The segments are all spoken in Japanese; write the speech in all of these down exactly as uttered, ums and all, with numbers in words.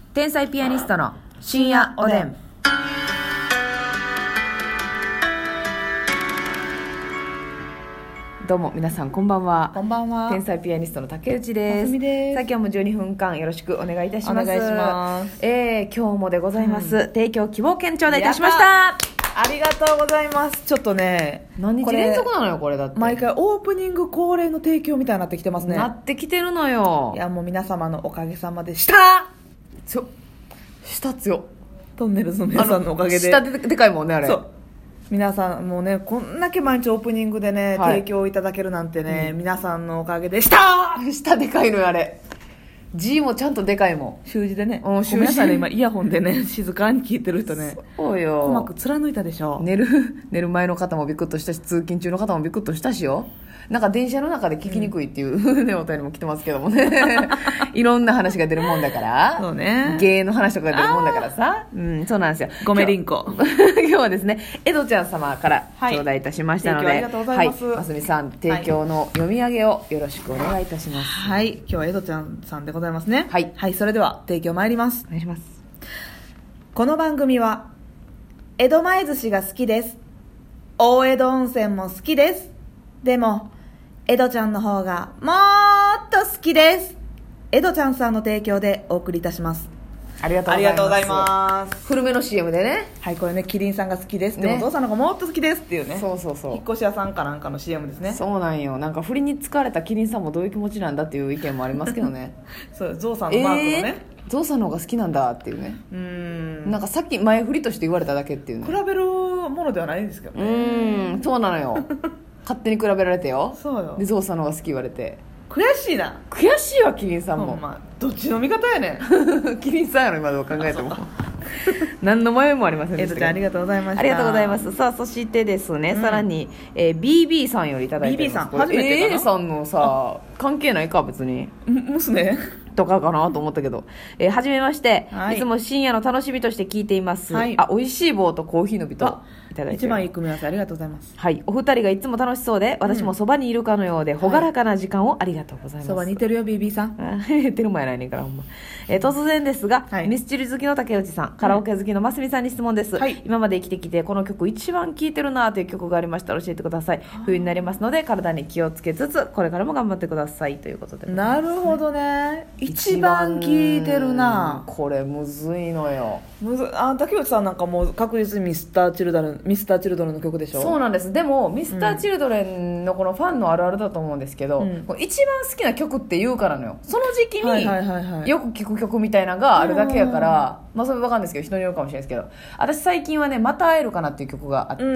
天才ピアニストの深夜おでん。どうも皆さんこんばんは。 こんばんは。 天才ピアニストの竹内です。 ますみです。 さあ今日もじゅうにふんかんよろしくお願いいたします。 お願いします。 えー、今日もでございます、うん、提供希望券頂戴いたしました。 ありがとうございます。ちょっとね、 何日連続なのよこれ。だって毎回オープニング恒例の提供みたいになってきてますね。 なってきてるのよ。 いやもう皆様のおかげさまでした強した強トンネルズの皆さんのおかげで下ででかいもんねあれ。そう皆さんもうねこんだけ毎日オープニングでね、はい、提供いただけるなんてね、うん、皆さんのおかげでした下でかいのよあれ。G もちゃんとでかいもん。 習字でね。 うん、 ごめんなさいね、今イヤホンでね静かに聞いてる人ね。 そうよ。 鼓膜貫いたでしょ。 寝る寝る前の方もビクッとしたし、通勤中の方もビクッとしたしよ。なんか電車の中で聞きにくいっていう、うん、ねお便りも来てますけどもねいろんな話が出るもんだから。 そうね。 芸の話とかが出るもんだからさ。うん、そうなんですよ。 ごめりんこ。 今日はですね、江戸ちゃん様から頂戴いたしましたので、はい、 ありがとうございます。 はい、ますみさん提供の読み上げをよろしくお願いいたします。 はい、今日は江戸ちゃんさんでございますね。 はい。 はい、それでは提供参ります。 お願いします。 この番組は江戸前寿司が好きです、大江戸温泉も好きです、でも江戸ちゃんの方がもっと好きです、江戸ちゃんさんの提供でお送りいたします。 ありがとうございます。ありがとうございます。 古めの シーエム でね。 はい、これね、キリンさんが好きです、ね、でもお父さんの方がもっと好きですっていうね。 そうそうそう。 引っ越し屋さんかなんかの シーエム ですね。 そうなんよ。なんか振りに疲れたキリンさんもどういう気持ちなんだっていう意見もありますけどねそうゾウさんのマークのね、 えー、ゾウさんの方が好きなんだっていうね。 うーん、 なんかさっき前振りとして言われただけっていうね。 比べるものではないんですけどね。 うーん、そうなのよ勝手に比べられてよ。 そうよ。 でゾウさんの方が好き言われて悔しいな。 悔しいわキリンさんも。 まあ、どっちの味方やねんキリンさんやろ今どう考えても何の迷いもありませんでしたけど。 えっとちゃんありがとうございました。 ありがとうございます。さあそしてですね、うん、さらに、えー、ビービー さんよりいただいてます。 ビービー さん初めてかな。 A さんのさ関係ないか別に娘とかかなと思ったけど、えー、はじめまして、はい、いつも深夜の楽しみとして聞いています、はい、あ、美味しい棒とコーヒーのビといただいて、 一番いい組み合わせありがとうございます。 はい、お二人がいつも楽しそうで私もそばにいるかのようで、うん、朗らかな時間をありがとうございます。 そばにいてるよ ビービー さん言ってる前やないねんからほんま、えー、突然ですが、はい、ミスチル好きの竹内さん、カラオケ好きのますみさんに質問です、はい、今まで生きてきてこの曲一番聴いてるなという曲がありましたら教えてください。冬になりますので体に気をつけつつこれからも頑張ってくださいということで、ね、 なるほどね。一番聴いてるな。 これむずいのよ。 むずあ竹内さんなんかもう確実にミスターチルドレンミスターチルドレンの曲でしょ。 そうなんです。でもミスターチルドレンのこのファンのあるあるだと思うんですけど、うん、一番好きな曲って言うからのよ。その時期によく聴く曲みたいなのがあるだけやから、まあそれ分かるんですけど人によるかもしれないですけど、私最近はねまた会えるかなっていう曲があって、うん、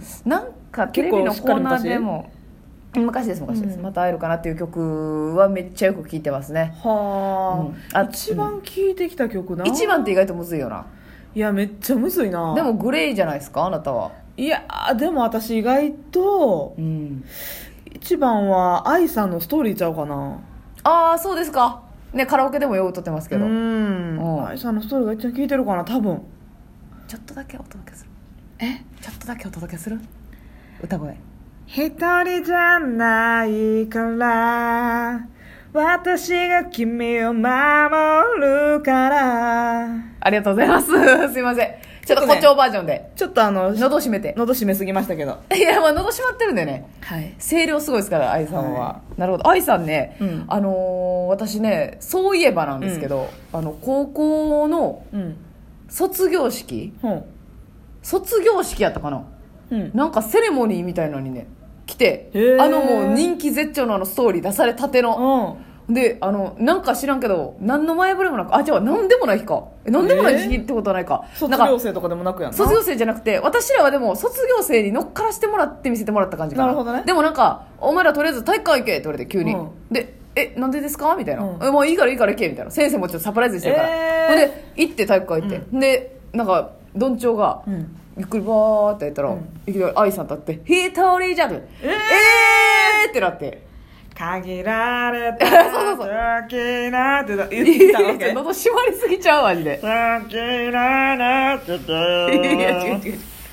なんかテレビのコーナーでも昔です昔です、うん、また会えるかなっていう曲はめっちゃよく聴いてますね。 はあ、うん、一番聴いてきた曲な。 一番って意外とむずいよな。 いやめっちゃむずいな。 でもグレイじゃないですかあなたは。 いやでも私意外と、うん、一番は愛さんのストーリーちゃうかな。 ああそうですかね。カラオケでもよう歌ってますけど、うん、 愛さんのストーリーが一番聴いてるかな多分。 ちょっとだけお届けする。えちょっとだけお届けする歌声。 一人じゃないから私が君を守るから。 ありがとうございますすいませんちょっと誇張バージョンでちょっとあの喉閉めて喉閉めすぎましたけど。 いやまあ喉閉まってるんでね、はい、声量すごいですから愛さんは、はい、なるほど。愛さんね、うん、あのー、私ねそういえばなんですけど、うん、あの高校の卒業式、うん、卒業式やったかな、うん、なんかセレモニーみたいなのにね来て、あのもう人気絶頂のあのストーリー出されたての、うん、であのなんか知らんけど何の前触れもなく、あ違う何でもない日か何でもない時期ってことはないか、 卒業生とかでもなくやんな。 卒業生じゃなくて私らはでも卒業生に乗っからしてもらって見せてもらった感じかな。 なるほどね。 でもなんかお前らとりあえず体育館行けって言われて急に、うん、でえなんでですかみたいな、うん、えもういいからいいから行けみたいな。先生もちょっとサプライズしてるから、えー、ほんで行って体育館行って、うん、でなんかどんちょうが、うんゆっくりバーってやったら、うん、いきなり愛さん立って一人じゃん、えー、えーってなって限られたそうそうそう時なって言ってたわけ。 喉締まりすぎちゃうマジで。 限られてたいや違う違う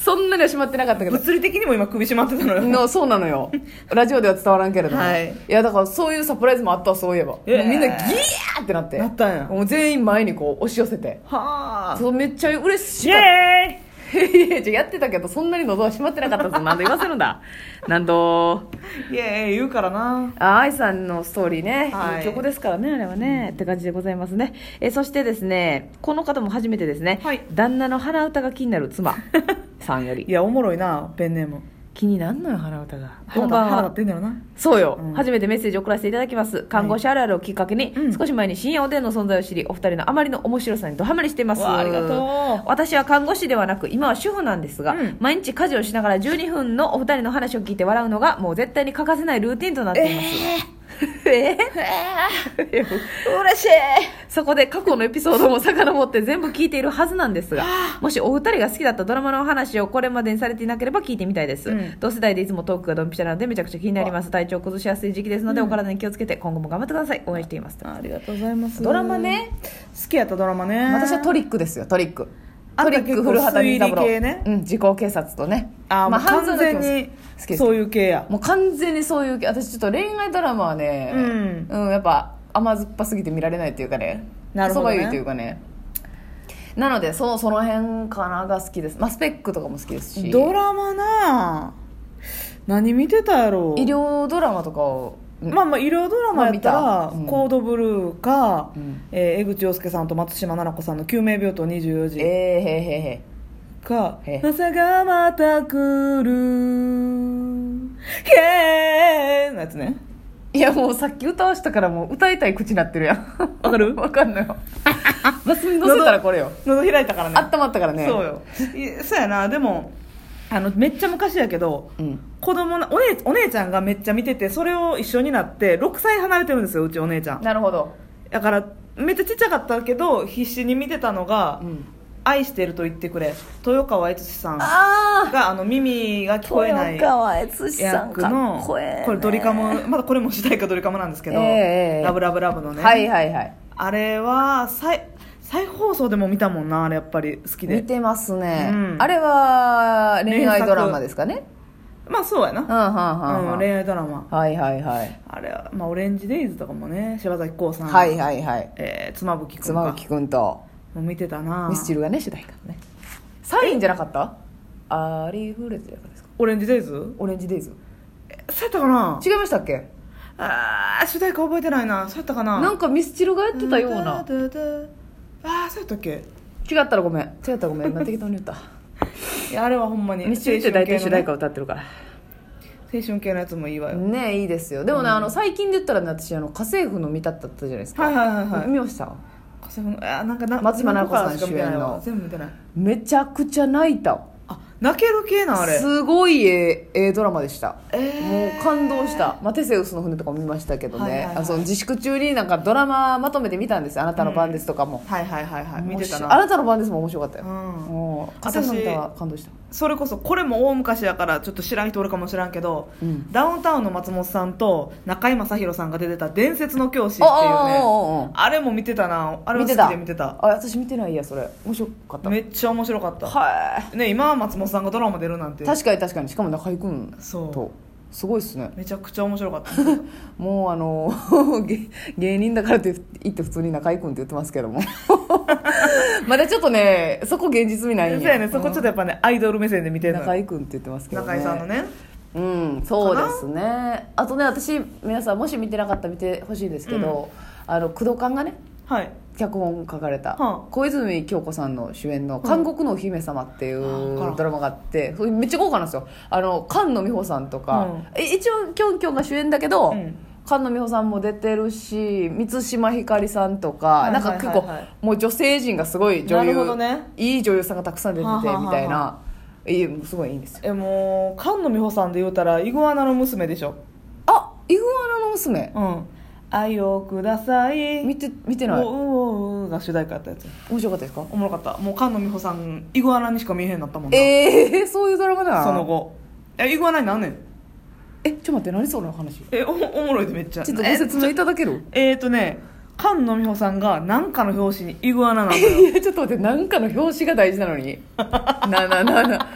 そんなには閉まってなかったけど物理的にも今首絞まってたのよのそうなのよラジオでは伝わらんけれども、はい、いやだからそういうサプライズもあったわそういえば、えー、もうみんなギーってなってなったんやもう全員前にこう押し寄せてはあそうめっちゃ嬉しかったイエーイいややってたけどそんなに喉は閉まってなかったぞ何度言わせるんだ何度いやいや言うからなあ愛さんのストーリーね、 はい、 いい曲ですからねあれはね、うん、って感じでございますね。えそしてですねこの方も初めてですね、はい、旦那の鼻歌が気になる妻さんよりいやおもろいなペンネーム気になんのよ鼻歌がこんばんは腹立ってんだよなそうよ、うん、初めてメッセージを送らせていただきます。看護師あるあるをきっかけに、はい、少し前に深夜おでんの存在を知りお二人のあまりの面白さにドハマりしています。 ありがとう。 私は看護師ではなく今は主婦なんですが、うん、毎日家事をしながらじゅうにふんのお二人の話を聞いて笑うのがもう絶対に欠かせないルーティンとなっています。えーえー、嬉しい。そこで過去のエピソードも遡って全部聞いているはずなんですがもしお二人が好きだったドラマの話をこれまでにされていなければ聞いてみたいです、うん、同世代でいつもトークがドンピシャなのでめちゃくちゃ気になります。体調を崩しやすい時期ですので、うん、お体に気をつけて今後も頑張ってください。応援しています。 ありがとうございます。 ドラマね好きやったドラマね。 私はトリックですよ。トリックトリック古畑任三郎、ねうん、時効警察とねあ、まあ、完全にそういう系や。 もう完全にそういう系。私ちょっと恋愛ドラマはね、うんうん、やっぱ甘酸っぱすぎて見られないっていうかねなるほどねそばゆいというかねなのでその、その辺かなが好きです、まあ、スペックとかも好きですし。 ドラマな何見てたやろ。 医療ドラマとかをまあまあ医療ドラマやったら、まあうん、コードブルーか、うんえー、江口洋介さんと松島菜々子さんの救命病棟にじゅうよじえー、へーへーへーか朝がまた来るへーのやつね。 いやもうさっき歌わしたからもう歌いたい口になってるやんわかるわかんないよバスに乗せたらこれよ喉開いたからねあったまったからね。 そうよいそうやな。でもあのめっちゃ昔やけど、うん、子供のお 姉, お姉ちゃんがめっちゃ見ててそれを一緒になってろくさい離れてるんですようちお姉ちゃん。 なるほど。 だからめっちゃちっちゃかったけど必死に見てたのが、うん、愛してると言ってくれ豊川悦司さんが あ, あの耳が聞こえない豊川悦司さん役のこれドリカムまだこれも主題歌ドリカムなんですけど、 えー、 ラブラブラブのねはいはいはいあれは再再放送でも見たもんな。あれやっぱり好きで見てますね、うん、あれは恋愛ドラマですかね。 まあそうやな、 はんはんはんはん、 うん、恋愛ドラマはいはいはいあれは、まあ、オレンジデイズとかもね柴咲コウさんはいはいはい、 えー、妻夫木君妻夫木君ともう見てたな。 ミスチルがね主題歌ね。サインじゃなかったありふれてるやつですか。 オレンジデイズオレンジデイズえそうやったかな。 違いましたっけ。 あ主題歌覚えてないな。そうやったかな。 なんかミスチルがやってたような。 ああそうやったっけ。 違ったらごめん違ったらごめん適当に言ったいやあれはほんまにミスチルって大体主題歌歌ってるから青春系のやつもいいわよね。いいですよ。でもね、うん、あの最近で言ったら、ね、私あの家政婦の見たってあったじゃないですか。 はいはいはい、はい、 見ました。 家政婦のあなんかな松島菜々子さん主演の全部見てない。 めちゃくちゃ泣いた。 あ泣ける系なあれ。 すごいええー、ドラマでした、 えー、 もう感動した、まあ、テセウスの船とかも見ましたけどね、はいはいはい、あその自粛中になんかドラマまとめて見たんですよ。あなたの番ですとかも、 うん、はいはいはいはい見てたな。 あなたの番ですも面白かったよ、うん、もう私感動した。 それこそこれも大昔やからちょっと知らん人おるかもしらんけど、うん、ダウンタウンの松本さんと中居正広さんが出てた伝説の教師っていうね、あれも見てたな。あれも好きで見てた。 あ私見てないやそれ面白かった。 めっちゃ面白かった。 はいね今は松本さんがドラマ出るなんて。 確かに確かに。しかも中居君そうとすごいっすね。 めちゃくちゃ面白かったもうあの芸人だからって言って普通に中居君って言ってますけどもまだちょっとねそこ現実味ないんや。 そうやねそこちょっとやっぱねアイドル目線で見てるの。 中居君って言ってますけどね。 中居さんのねうんそうですね。あとね私皆さんもし見てなかったら見てほしいんですけど、うん、あの工藤館がね、 はい、 脚本書かれた、 はあ、 小泉京子さんの主演の「韓国のお姫様」っていうドラマがあって、うん、めっちゃ豪華なんですよ。あの菅野美穂さんとか、うん、一応キョンキョンが主演だけど、うん、菅野美穂さんも出てるし満島ひかりさんとか、はいはいはいはい、なんか結構もう女性陣がすごい女優、ね、いい女優さんがたくさん出ててみたいな、はあはあはあいいすごいいいんですよ。 えもう菅野美穂さんで言うたらイグアナの娘でしょ。 あイグアナの娘。 うん愛をください見て見てない。 おうおうが主題歌やったやつ。 面白かったですか。 おもろかった。もう菅野美穂さんイグアナにしか見えへんなったもんな。 えー、そういうドラマだ。 その後えイグアナになんねん。 えちょっと待って何その話。 え お, おもろいでめっちゃ。 ちょっとご説明いただける。 えっ、ー、とね菅野美穂さんが何かの表紙にイグアナなのよ。 いやちょっと待って何かの表紙が大事なのになななな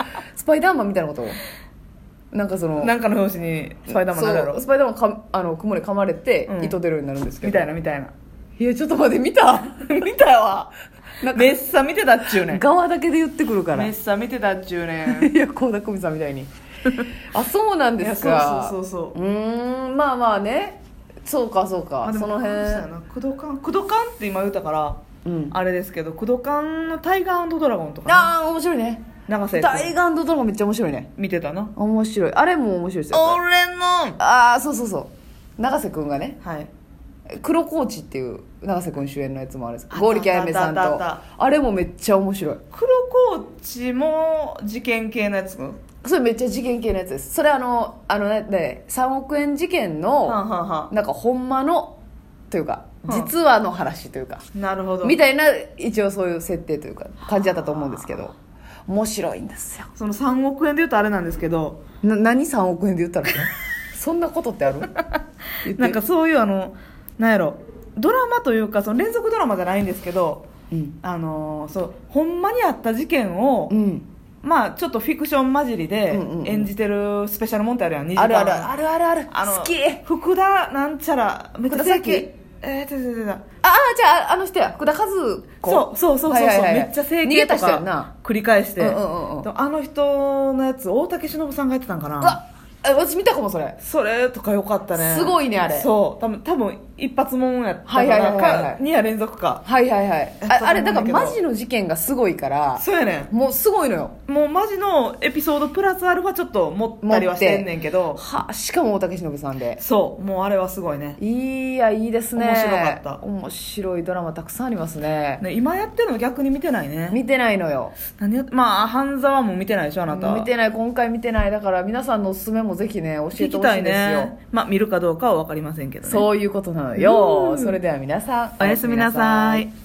パイダーマンみたいなこと？なんかそのなんかの表紙にスパイダーマンなるやろ。 スパイダーマンかあの雲に噛まれて、 うん、 糸出るようになるんですけどみたいなみたいな。 いやちょっと待って見た見たわめっさ見てたっちゅうねん。 側だけで言ってくるからめっさ見てたっちゅうねん。 いや倖田來未さんみたいにあそうなんですか。 そうそうそうそう。 うーんまあまあねそうかそうか、その辺クドカンクドカンって今言ったから、うん、あれですけどクドカンのタイガー&ドラゴンとか、ね、 ああ面白いね。 長瀬タイガー&ドラゴンめっちゃ面白いね。 見てたな。 面白いあれも面白いですよ。 俺のああそうそうそう長瀬くんがね、 はい、 黒コーチっていう長瀬くん主演のやつもあるんです。剛力彩芽さんと あ, あれもめっちゃ面白い。 黒コーチも事件系のやつ。 それめっちゃ事件系のやつです。それあのあの、ね、さんおくえん事件の、 はんはんはん、 なんかほんまのというか実話の話というか、 なるほどみたいな一応そういう設定というか感じだったと思うんですけど、面白いんですよ。 そのさんおくえんで言うとあれなんですけど、 な何さんおくえんで言ったらそんなことってあるなんかそういうあのなんやろドラマというかその連続ドラマじゃないんですけど、うん、あのそうほんまにあった事件を、うん、まあちょっとフィクション混じりで演じてるスペシャルモンってあるやん、にじかん。 あるあるあるあるあるあの好き。 福田なんちゃら福田咲えー、ててててああじゃああの人や福田和子。 そうそうそうそう、はいはいはい、めっちゃ整形とか繰り返して、 うんうんうん、 あの人のやつ大竹しのぶさんがやってたんかな。 うわ私見たかもそれ。 それとかよかったね。 すごいねあれ。 そう多分多分一発もんやったか、 はいはいはいはい、 にや連続か。 はいはいはい。あ, あれだからマジの事件がすごいから。 そうやねん。もうすごいのよ。 もうマジのエピソードプラスアルファちょっと持ったりはしてんねんけど。 はしかも大竹しのぶさんで。 そうもうあれはすごいね。 いやいいですね。 面白かった。 面白いドラマたくさんありますね。 ね今やってるの逆に見てないね。 見てないのよ。 何やってまあ半沢も見てないでしょあなた。 見てない今回見てない。だから皆さんのおすすめもぜひね教えてほしいですよ。ね、 まあ見るかどうかは分かりませんけどね。 そういうことなのよ。それでは皆さんおやすみなさい。